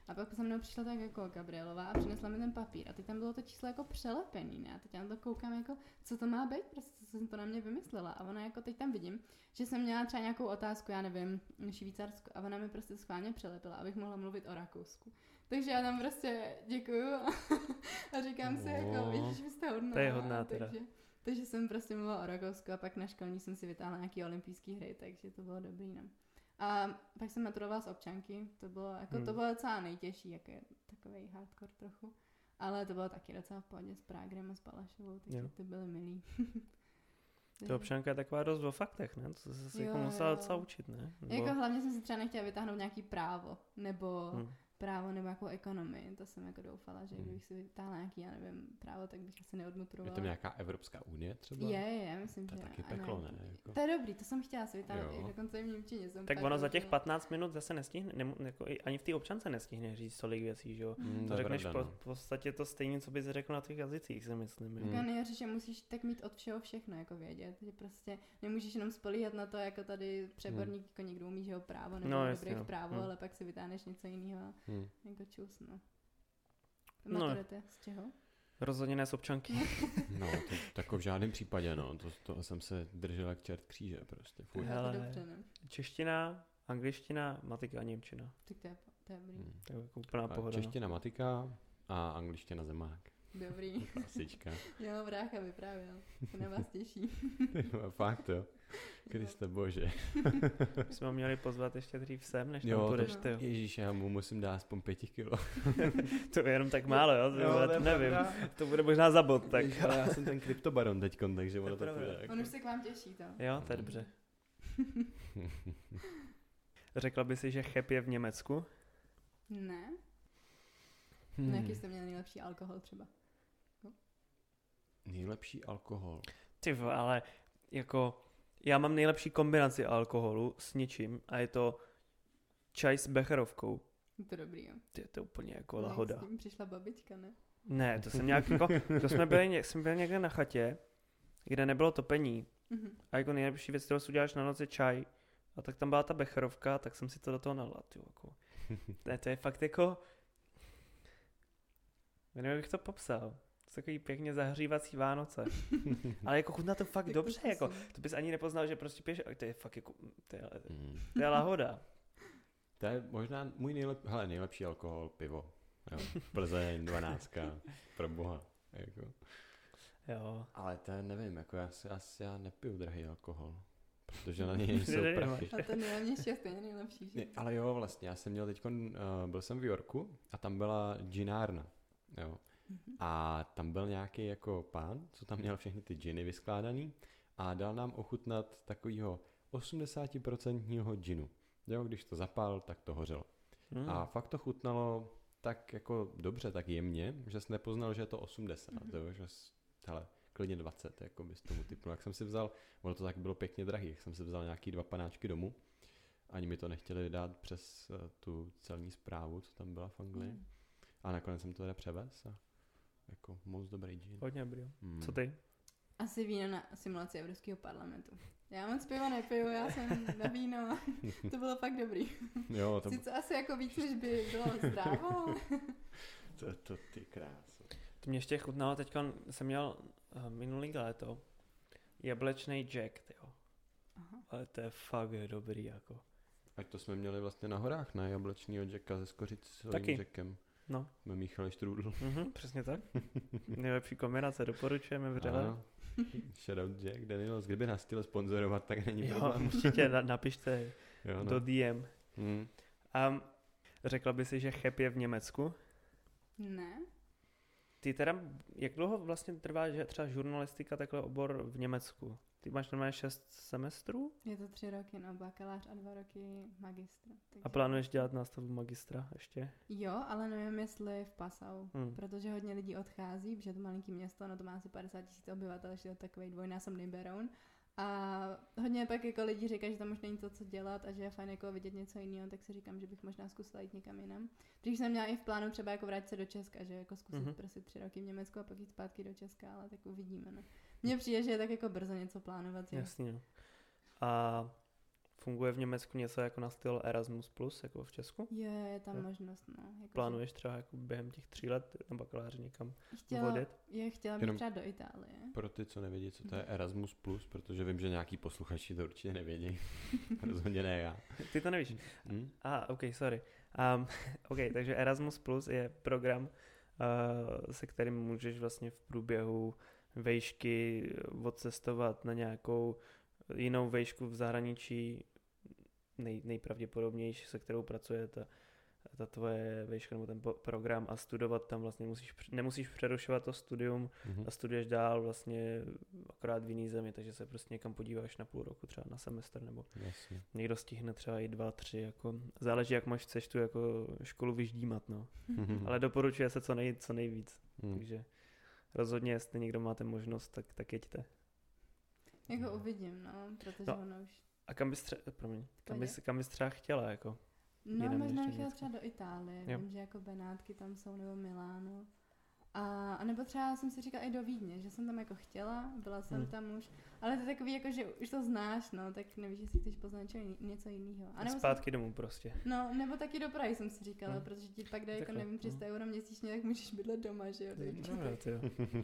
A pak se mnou přišla tak jako Gabrielová a přinesla mi ten papír a teď tam bylo to číslo jako přelepený, ne? A teď já na to koukám jako, co to má být, prostě co jsem to na mě vymyslela. A ona jako teď tam vidím, že jsem měla třeba nějakou otázku, já nevím, Švýcarsku a ona mi prostě schválně přelepila, abych mohla mluvit o Rakousku. Takže já tam prostě děkuju a říkám si jako, víš, vy jste hodná. To je hodná teda. Takže, takže jsem prostě mluvila o Rakousku a pak na školní jsem si vytáhla nějaký olympijský hry, takže to bylo dobrý, no. A pak jsem maturovala z občanky, to bylo, jako, hmm. to bylo docela nejtěžší, jako je takovej hardcore trochu, ale to bylo taky docela v pohodě s Prágrem a s Palašovou, takže jo. Ty byly milý. To občanka je taková dost o faktech, ne? To se si jako musela docela učit, ne? Nebo... Jako hlavně jsem si třeba nechtěla vytáhnout nějaký právo, nebo hmm. právo nebo jako ekonomii, to jsem jako doufala, že kdybych si vytáhla nějaký, já nevím, právo, tak bych asi neodmaturovala. Je to nějaká Evropská unie třeba? Je, je, myslím, to že. To je taky peklo, ne? Jako... To je dobrý, to jsem chtěla si vytáhnout, dokonce i v němčině jsem. Tak ono za těch patnáct minut zase nestihne, ne, jako ani v té občance nestihne říct tolik věcí, že jo? Mm, to řekneš pravda, po, no. v podstatě to stejně, co bys řekl na těch jazycích, si myslím. Mm. Jako nejhorší, že musíš tak mít od všeho všechno jako vědět, že prostě nemůžeš jenom spolíhat na to, jako tady přeborník, mm. jako někdo umí, že jo, právo, nebo no, dobrý jasně, v právo, mm. ale pak si vytáhneš něco jiného a mm. jako čus, no. Maturity, no. Z čeho? Rozhodně ne z občanky. No, to tako v žádném případě, no. To, to jsem se držel jak čert kříže prostě. Fuj. Hele, to dobře, ne? Čeština, angličtina, matika a němčina. Tak to je, to je dobrý. Hmm. To je jako úplná pohoda. Čeština, matika a angličtina zemák. Dobrý. Klasička. Jo, brácha vyprávěl. To na vás těší. Fakt jo. Kriste bože. Jsme ho měli pozvat ještě dřív sem, než jo, tam půjdeš to, ty. Ježíš, já mu musím dát aspoň pěti kilo. To je jenom tak málo, jo? To, jo, to nevím. To bude možná za bod, tak. Ježiš, já jsem ten kryptobaron teďkon, takže ono to půjde. On už se k vám těší, to. Jo, to je dobře. Řekla by si, že cheb je v Německu? Ne. Hmm. No, jaký jste měli nejlepší alkohol třeba? No. Nejlepší alkohol? Ty ale jako já mám nejlepší kombinaci alkoholu s něčím a je to čaj s becherovkou. To dobrý, jo. To je to úplně jako lahoda. S tím přišla babička, ne? Ne, to jsem nějak jako, to jsme byli, jsem byl někde na chatě, kde nebylo topení. Mm-hmm. A jako nejlepší věc, kterou si uděláš na noc je čaj. A tak tam byla ta becherovka, tak jsem si to do toho nalil. Jako. To, je, to je fakt jako, nevím, jak bych to popsal. To takový pěkně zahřívací Vánoce. Ale jako chutná to fakt dobře, jako, to bys ani nepoznal, že prostě piješ, to je fakt jako, to je, to je lahoda. To je možná můj nejlep, hele, nejlepší alkohol, pivo. Jo. Plzeň, dvanáctka, pro boha. Jako. Jo. Ale to nevím, jako já, si, asi já nepiju drahý alkohol. Protože na něj nejsou prachy. A to nejlevnější je stejně nejlepší, že? Ale jo, vlastně, já jsem měl teď, uh, byl jsem v Yorku a tam byla ginárna, jo. Mm-hmm. A tam byl nějaký jako pán, co tam měl všechny ty giny vyskládaný a dal nám ochutnat takovýho osmdesát procent ginu. Jo, když to zapál, tak to hořelo. Mm. A fakt to chutnalo tak jako dobře, tak jemně, že jsi nepoznal, že je to osmdesát, mm-hmm. jo, že jsi, hele, klidně dvacet, jako bys tomu typnul. Jak jsem si vzal, ono to tak bylo pěkně drahý, jak jsem si vzal nějaký dva panáčky domů, ani mi to nechtěli dát přes uh, tu celní správu, co tam byla v Anglii. Mm. A nakonec jsem to teda převez a jako moc dobrý gin. Hodně dobrý. Mm. Co ty? Asi víno na simulaci Evropského parlamentu. Já moc piva nepiju, já jsem na víno. To bylo fakt dobrý. Jo, to... Sice asi jako víc, než by bylo zdravo. to, to ty krása. To mě ještě chutnalo, teďka jsem měl uh, minulý léto jablečný Jack, tyjo. Aha. Ale to je fakt dobrý, jako. Ať to jsme měli vlastně na horách, ne? Jablečnýho Jacka se skořicovým Jackem. No. Jsme míchali štrůdl. Mhm, přesně tak. Nejlepší kombinace, doporučujeme vřele. Shoutout Jack Daniels, kdyby nás chtěli sponzorovat, tak není jo, problém. určitě na, napište jo, no. do D M. Hmm. A řekla by si, že cheb je v Německu? Ne. Ty teda, jak dlouho vlastně trvá, že třeba žurnalistika, takhle obor v Německu? Ty máš normálně šest semestrů? Je to tři roky, no, bakalář a dva roky magistra. Takže... A plánuješ dělat nástavbu magistra ještě? Jo, ale nevím, jestli v Passau, hmm. protože hodně lidí odchází, protože je to malinký město, no to má asi padesát tisíc obyvatel, ještě je to takový dvojnásobný Beroun. A hodně pak jako lidi říkají, že tam už není to, co dělat a že je fajn jako vidět něco jiného, tak si říkám, že bych možná zkusila jít někam jinam. Když jsem měla i v plánu třeba jako vrátit se do Česka, že jako zkusit mm-hmm. prostě tři roky v Německu a pak jít zpátky do Česka, ale tak uvidíme, no. Mně přijde, že je tak jako brzo něco plánovat. Že? Jasně. A funguje v Německu něco jako na styl Erasmus plus, jako v Česku? Je, je tam Jo. možnost, no. Jako, Plánuješ třeba jako během těch tří let na bakaláři někam chtěla, vodit? je, chtěla bych Jenom- třeba do Itálie. Pro ty, co nevědí, co to je Erasmus plus, protože vím, že nějaký posluchači to určitě nevědí. Rozhodně ne já. Ty to nevíš? Hm? A, ah, ok, sorry. Um, ok, takže Erasmus Plus je program, uh, se kterým můžeš vlastně v průběhu vejšky odcestovat na nějakou jinou vejšku v zahraničí, nej, nejpravděpodobnější, se kterou pracuje ta, ta tvoje vejška nebo ten po- program a studovat tam vlastně musíš, nemusíš přerušovat to studium Mhm. a studuješ dál vlastně akorát v jiný zemi, takže se prostě někam podíváš na půl roku, třeba na semestr, nebo Jasně. někdo stihne třeba i dva, tři, jako záleží, jak moc chceš tu jako školu vyždímat, no. Ale doporučuje se co, nej, co nejvíc, Hm. takže rozhodně, jestli někdo máte možnost, tak, tak jeďte. Jako uvidím, no, protože No. ono už... A kam bys, tře- promiň, kam Pojď. bys, kam bys třeba chtěla, jako? No, Jinam možná ještě chtěla Německo. třeba do Itálie, Jo. vím, že jako Benátky tam jsou, nebo Miláno. A, a nebo třeba jsem si říkala i do Vídně, že jsem tam jako chtěla, byla jsem Hmm. tam už, ale to je takový jako, že už to znáš, no, tak nevíš, jestli chceš poznat něco, jiný, něco jiného. A zpátky domů prostě. No, nebo taky do Prahy jsem si říkala, Hmm. protože ti pak dají jako Takhle, nevím, tři sta euro měsíčně, tak můžeš bydlet doma, že jo. takže- Dobré, tyjo.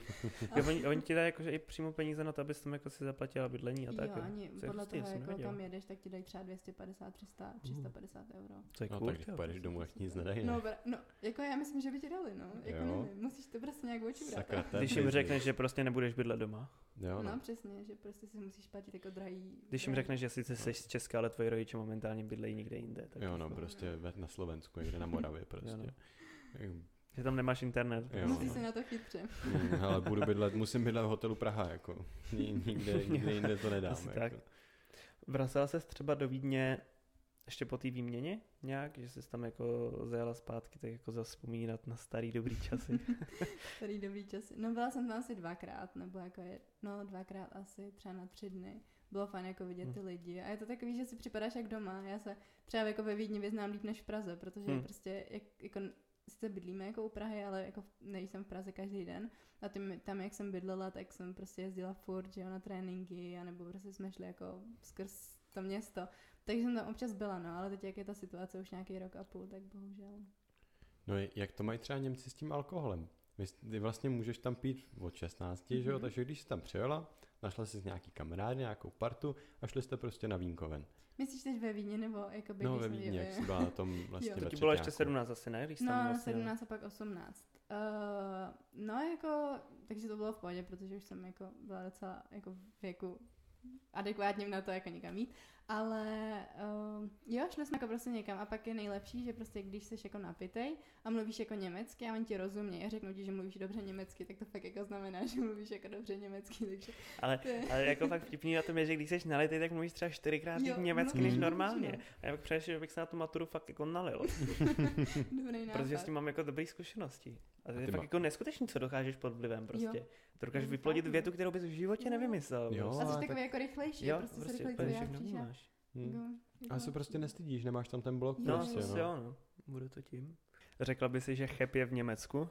Jo, oni, oni ti dají jakože i přímo peníze na to, abys tam jako si zaplatila bydlení a tak. Jo, ani To je podle hustý, toho, jsem jako nevěděl. kam jedeš, tak ti dají třeba dvě stě padesát, tři sta, tři sta padesát euro. To je No cool, tak když tyjo. pojedeš domů, tak nic nedají, No, ne? bra- no, jako já myslím, že by ti dali, no, jako Jo. nevím, musíš to prostě nějak oči brát. Sakra, to je Když jim business. řekneš, že prostě nebudeš bydlet doma. Jo, No, no. přesně, že prostě si musíš platit jako drahý... Když jim drahý- řekneš, že sice jsi z Česka, ale tvoji rodiče momentálně bydlejí někde jinde. Tak Jo, no, jako- prostě ve- na Slovensku, někde na Moravě prostě. no. Jo, Že tam nemáš internet. Jo, Musíš no. si na to chytře. Hm, ale budu bydlet, musím bydlet v hotelu Praha, jako. Ni- Nikde, nikde jinde to nedám. Asi jako. tak. Vracela ses třeba do Vídně ještě po té výměně nějak, že jsi tam jako zajela zpátky, tak jako zavzpomínat na starý dobrý časy. Starý dobrý časy. No byla jsem tam asi dvakrát, nebo jako je, no dvakrát asi, třeba na tři dny. Bylo fajn jako vidět Hmm. ty lidi. A je to takový, že si připadáš jak doma. Já se třeba jako ve Vídni vyznám líp než v Praze, protože Hmm. prostě jak, jako sice bydlíme jako u Prahy, ale jako nejsem v Praze každý den. A tím, tam, jak jsem bydlela, tak jsem prostě jezdila furt, že jo, na tréninky, anebo prostě jsme šli jako skrz to město. Takže jsem tam občas byla, no, ale teď jak je ta situace už nějaký rok a půl, tak bohužel. No jak to mají třeba Němci s tím alkoholem? Vy, ty vlastně můžeš tam pít od šestnácti, že jo? Mhm. Takže když jsi tam přijela, našla jsi nějaký kamarád, nějakou partu a šli jste prostě na vínkoven. Myslíš teď ve Vídni, nebo jakoby, No když ve jsem- Vídni, jo, jak jo. jsi byla na tom vlastně Jo. ve To ti bylo ještě třetíku. sedmnáct asi, ne? Když jsi tam No, vlastně, sedmnáct a pak osmnáct. Uh, no jako, takže to bylo v pohodě, protože už jsem jako byla docela jako v věku adekvátním na to jako někam jít. Ale uh, jo, šli jsme jako prostě někam a pak je nejlepší, že prostě když jsi jako napitej a mluvíš jako německy a oni ti rozumějí a řeknou ti, že mluvíš dobře německy, tak to fakt jako znamená, že mluvíš jako dobře německy, takže ale, to je... ale jako fakt vtipný na tom je, že když jsi nalitý, tak mluvíš třeba čtyřikrát Jo, líp německy mluvíš než dobře, normálně. no. A já bych přešel, že bych se na tu maturu fakt jako nalil. Dobrý nápad. Protože s tím mám jako dobrý zkušenosti. A to je ty fakt ma- jako neskutečný, co dokážeš pod vlivem prostě. Jo. To dokážeš Jo, vyplodit fakt, větu, no. kterou bys v životě Jo. nevymyslel. Jo, prostě. A ale jsi tak- takový jako rychlejší, jo, prostě, se prostě rychleji úplně všechno vyjádříš a- vnímáš. Hm. jako, A se jako- prostě nestydíš, nemáš tam ten blok No, prostě, prostě jo, no. Budu to tím. Řekla by si, že cheb je v Německu.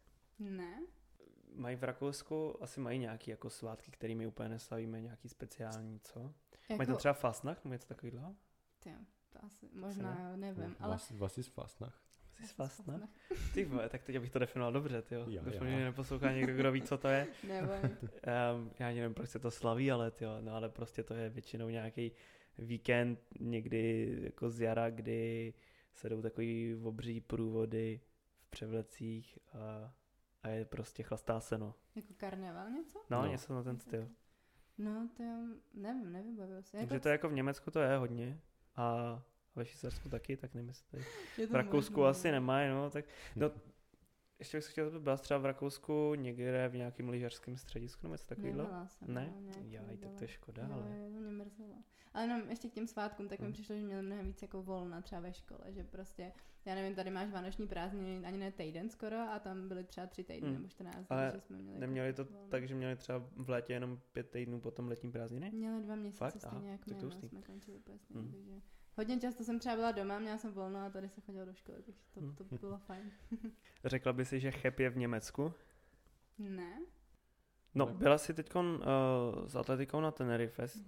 Ne. Mají v Rakousku, asi mají nějaký jako svátky, kterými úplně neslavíme, nějaký speciální, co? Jako, Mají tam třeba Fastnacht, nebo něco takového? Tyjo, to asi, možná, jo, nevím, No, ale... Vas, vas is Fastnacht. Jsi Fastnacht? Ty vole, tak teď abych to definoval dobře, ty jo. Jo, Doufám, jo. že neposlouchá někdo, kdo ví, co to je. Nebo, Um, já ani nevím, proč se to slaví, ale tyjo, no ale prostě to je většinou nějaký víkend někdy jako z jara, kdy se jdou takový obří průvody v převlecích a, a je prostě chlastá seno. jako karneval něco? No, No. no. něco na ten styl. No, to já nevím, nevybavuju se. Takže to je jako v Německu to je hodně a ve Švýcarsku taky, tak nevím, je to v Rakousku možný, asi no. nemají, no, tak no, ještě bych se chtěl zeptat, byla jsi třeba v Rakousku někde v nějakém lyžařském středisku nebo něco takového? Nebyla jsem, Ne? no, nějaký Jaj, tak nebyla. to je škoda, Jo, ale... jo, to mě mrzelo. Ale no, ještě k těm svátkům, tak mi Hmm. přišlo, že měli mnohem víc jako volna třeba ve škole, že prostě, já nevím, tady máš vánoční prázdniny, ani ne týden skoro, a tam byly třeba tři týdny Hmm. nebo čtrnáct dní, Ale že jsme měli Neměli to jako volno. tak, že měli třeba v létě jenom pět týdnů, potom letní prázdniny? Měli dva měsíce Fakt? stejně Aha, jako tak my, to no, hustý. jsme končili úplně stejně, Hmm. takže hodně často jsem třeba byla doma, měla jsem volno a tady se chodila do školy, takže to, Hmm. to bylo fajn. Řekla by si, že cheb je v Německu? Ne? No, Ne. byla jsi teď uh, s atletikou na Tenerife, Mhm.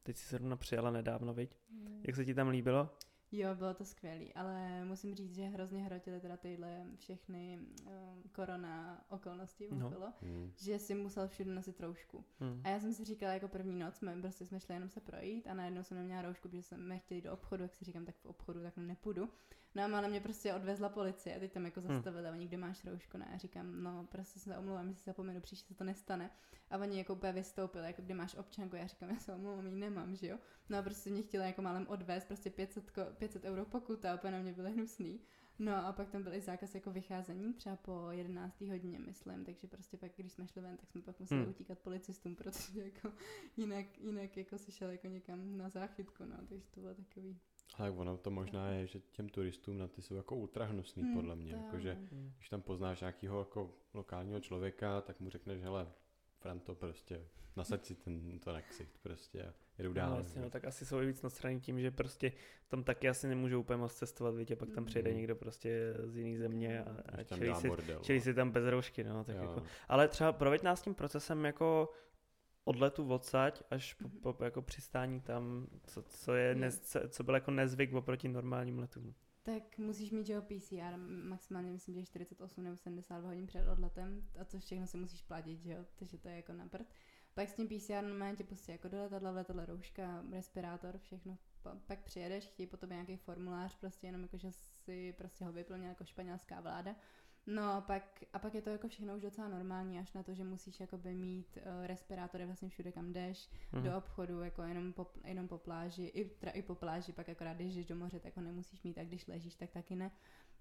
teď jsi zrovna přijela nedávno, viď? Mm. Jak se ti tam líbilo? Jo, bylo to skvělý, ale musím říct, že hrozně hrotily teda tyhle všechny uh, korona okolnosti No. bylo, Hmm. že si musel všude nosit roušku. Hmm. A já jsem si říkala jako první noc, jsme, prostě jsme šli jenom se projít a najednou jsem neměla roušku, protože jsme chtěli do obchodu, jak si říkám, tak v obchodu tak nepůjdu. No a mála mě prostě odvezla policie a teď tam jako zastavili a oni, kde máš roušku, no a já říkám, no prostě se omlouvám, že si zapomenu, příště se to nestane. A oni jako úplně vystoupili, jako kde máš občanku, já říkám, já se omlouvám, ji nemám, že jo. No a prostě mě chtěla jako málem odvést, prostě pět set, ko, pět set euro pokuta, úplně na mě byly hnusný. No a pak tam byl i zákaz jako vycházení, třeba po jedenácté hodině, myslím, takže prostě pak, když jsme šli ven, tak jsme pak museli Hmm. utíkat policistům, protože jako jinak, jinak jako si šel jako někam na záchytku, no, takže to bylo takový. Ale ono to možná je, že těm turistům na ty jsou jako ultra hnusný, Hmm, podle mě. to jo, Jakože, no. Hmm. když tam poznáš nějakého jako lokálního člověka, tak mu řekneš, hele, Franto, prostě nasaď si ten, to na ksicht prostě a jedu dál. No, vlastně, no, tak asi jsou i víc nadstraní tím, že prostě tam taky asi nemůžou úplně moc cestovat, víte, pak tam přijede Mhm. někdo prostě z jiné země a, a Když tam čelí dá si, bordel. čelí si tam bez roušky, no, tak Jo. jako. Ale třeba proveď nás tím procesem jako odletu odsaď až po, po jako přistání tam, co, co je Jo. nez, co, co byl jako nezvyk oproti normálním letům. Tak musíš mít, že jo, P C R, maximálně myslím, že čtyřicet osm nebo sedmdesát hodin před odletem a co všechno si musíš platit, že jo, takže to je jako na prd. Pak s tím P C R normálně tě pustí jako do letadla, v letadle rouška, respirátor, všechno. Pa, pak přijedeš, chtějí po tobě nějaký formulář, prostě jenom jako, že si prostě ho vyplnil jako španělská vláda. No a pak, a pak je to jako všechno už docela normální, až na to, že musíš jakoby mít uh, respirátory vlastně všude, kam jdeš, Mhm. do obchodu, jako jenom po, jenom po pláži, i, teda i po pláži, pak akorát když jdeš do moře, tak jako nemusíš mít, a když ležíš, tak taky ne.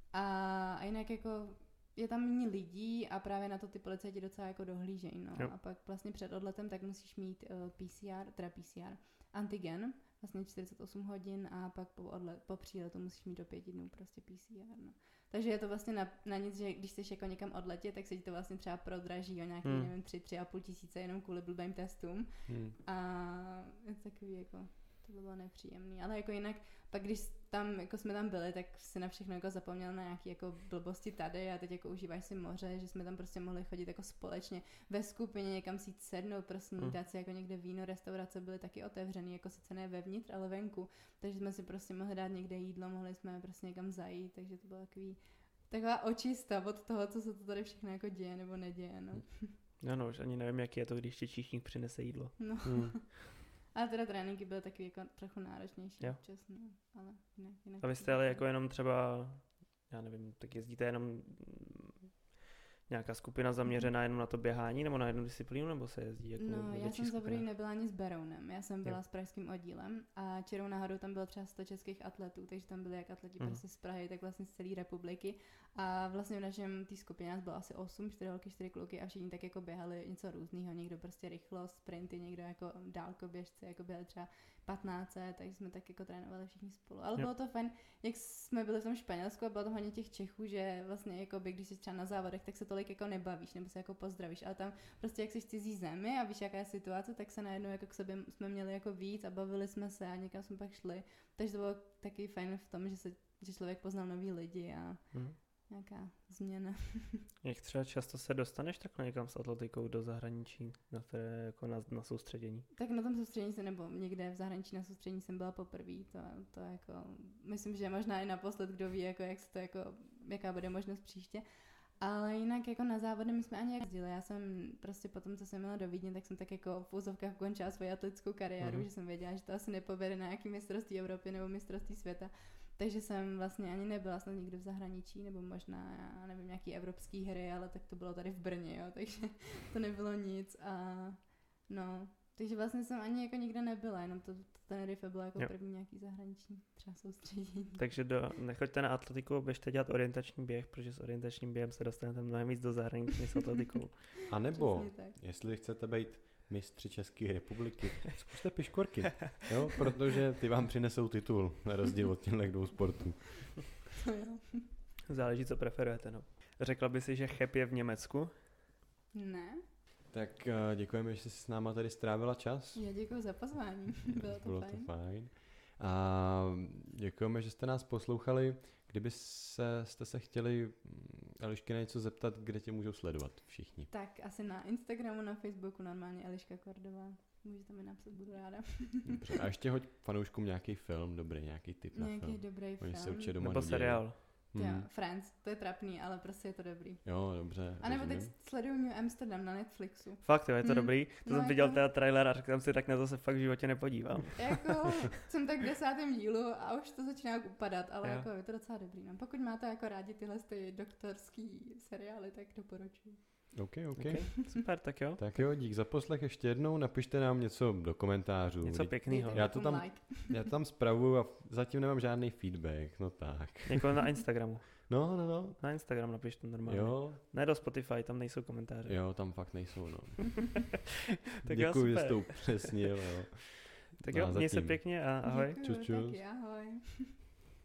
A, a jinak jako je tam méně lidí a právě na to ty policajti docela jako dohlížejí, no. Jo. A pak vlastně před odletem tak musíš mít uh, P C R, teda P C R, antigen, vlastně čtyřicet osm hodin a pak po, odlet, po příletu musíš mít do pěti dnů prostě P C R, no. Takže je to vlastně na, na nic, že když jsi jako někam odletět, tak se ti to vlastně třeba prodraží o nějaký, Hmm. nevím, tři, tři a půl tisíce jenom kvůli blbým testům. Hmm. A je to takový jako, to bylo nepříjemný, ale jako jinak, pak když tam, jako jsme tam byli, tak si na všechno jako zapomněl na nějaký jako blbosti tady a teď jako užíváš si moře, že jsme tam prostě mohli chodit jako společně ve skupině, někam si jít sednout, prostě Hmm. dát si jako někde víno, restaurace byly taky otevřený, jako sice ne vevnitř, ale venku, takže jsme si prostě mohli dát někde jídlo, mohli jsme prostě někam zajít, takže to bylo takový, taková očista od toho, co se to tady všechno jako děje nebo neděje, no. No, no, už ani nevím, jaký je to, když ti číšník přinese jídlo. no. Hmm. Ale teda tréninky byly takový jako trochu náročnější Jo. občas, no, ale jinak, jinak A vy to jste bylo ale fajn. jako jenom třeba, já nevím, tak jezdíte jenom mm, nějaká skupina zaměřená jenom na to běhání nebo na jednu disciplínu, nebo se jezdí jako No, ve já větší jsem za skupinách? první nebyla ani s Berounem, já jsem byla Jo. s pražským oddílem a čirou náhodou tam bylo třeba sto českých atletů, takže tam byli jak atleti Mhm. prostě z Prahy, tak vlastně z celé republiky a vlastně v našem té skupině nás bylo asi osm, čtyři holky, čtyři kluky a všichni tak jako běhali něco různého, někdo prostě rychlost, sprinty, někdo jako dálkoběžci, jako běhali třeba patnáct, takže jsme tak jako trénovali všichni spolu, ale Jo. bylo to fajn, jak jsme byli v tom Španělsku a bylo tam hodně těch Čechů, že vlastně jako by, když jsi třeba na závodech, tak se tolik jako nebavíš, nebo se jako pozdravíš, ale tam prostě jak jsi v cizí zemi a víš, jaká je situace, tak se najednou jako k sobě jsme měli jako víc a bavili jsme se a někam jsme pak šli, takže to bylo taky fajn v tom, že, se, že člověk poznal nový lidi a Mhm. nějaká změna. Jak třeba často se dostaneš takhle někam s atletikou do zahraničí, na které jako na, na soustředění? Tak na tom soustředění se, nebo někde v zahraničí na soustředění jsem byla poprvé, to, to jako, myslím, že možná i naposled, kdo ví, jako, jak se to jako, jaká bude možnost příště. Ale jinak jako na závody my jsme ani jak jezdili. Já jsem prostě potom, co jsem měla do Vídně, tak jsem tak jako v úzovkách ukončila svoji atletickou kariéru, Mhm. že jsem věděla, že to asi nepovede na nějaký mistrovství Evropy nebo mistrovství světa. Takže jsem vlastně ani nebyla snad nikdy v zahraničí, nebo možná, já nevím, nějaký evropský hry, ale tak to bylo tady v Brně, jo, takže to nebylo nic a no, takže vlastně jsem ani jako nikde nebyla, jenom to, to Tenerife bylo jako Jo. první nějaký zahraniční třeba soustředění. Takže do, nechoďte na atletiku, běžte dělat orientační běh, protože s orientačním během se dostanete mnohem víc do zahraničí než s atletikou. A nebo, Přesně tak. jestli chcete být mistři České republiky, zkuste piškorky, jo, protože ty vám přinesou titul, na rozdíl od těchto dvou sportů. To jo. Záleží, co preferujete, no. Řekla by si, že Cheb je v Německu? Ne? Tak eh, děkujeme, že jsi s náma tady strávila čas. Já děkuji za pozvání, bylo to Bylo fajn. to fajn. A děkujeme, že jste nás poslouchali. Kdyby se, jste se chtěli mm, Elišky na něco zeptat, kde tě můžou sledovat všichni? Tak asi na Instagramu, na Facebooku normálně Eliška Kordová. můžete mi napsat, budu ráda. Dobře. A ještě hoď fanouškům nějaký film, dobrý, nějaký tip na Nějaký film. dobrý Oni se film. určitě doma Nebo nudějí. seriál. Jo, Hmm. Friends, to je trapný, ale prostě je to dobrý. Jo, dobře. A nebo teď rozumím. sleduju New Amsterdam na Netflixu. Fakt jo, je to Hmm. dobrý. To No, jsem viděl jako- teda trailer a řekl jsem si, tak na to se fakt v životě nepodívám. Jako jsem tak v desátém dílu a už to začíná jako upadat, ale Jo. jako je to docela dobrý. No. Pokud máte jako rádi tyhle ty doktorský seriály, tak doporučuji. OK, OK. Okay. Super, tak jo. Tak jo, dík za poslech ještě jednou. Napište nám něco do komentářů. Něco Teď- pěkného. Já to tam- Like. Já to tam spravuju a zatím nemám žádný feedback, no tak. Jako na Instagramu. No, no, no. Na Instagram napište normálně. Jo, Ne do Spotify, tam nejsou komentáře. jo, tam fakt nejsou, no. Tak jo, Děkuji, že super. jsi to upřesnil, jo. Tak No jo, a měj se zatím. pěkně a ahoj. Děkuju, Čus, čus. taky ahoj.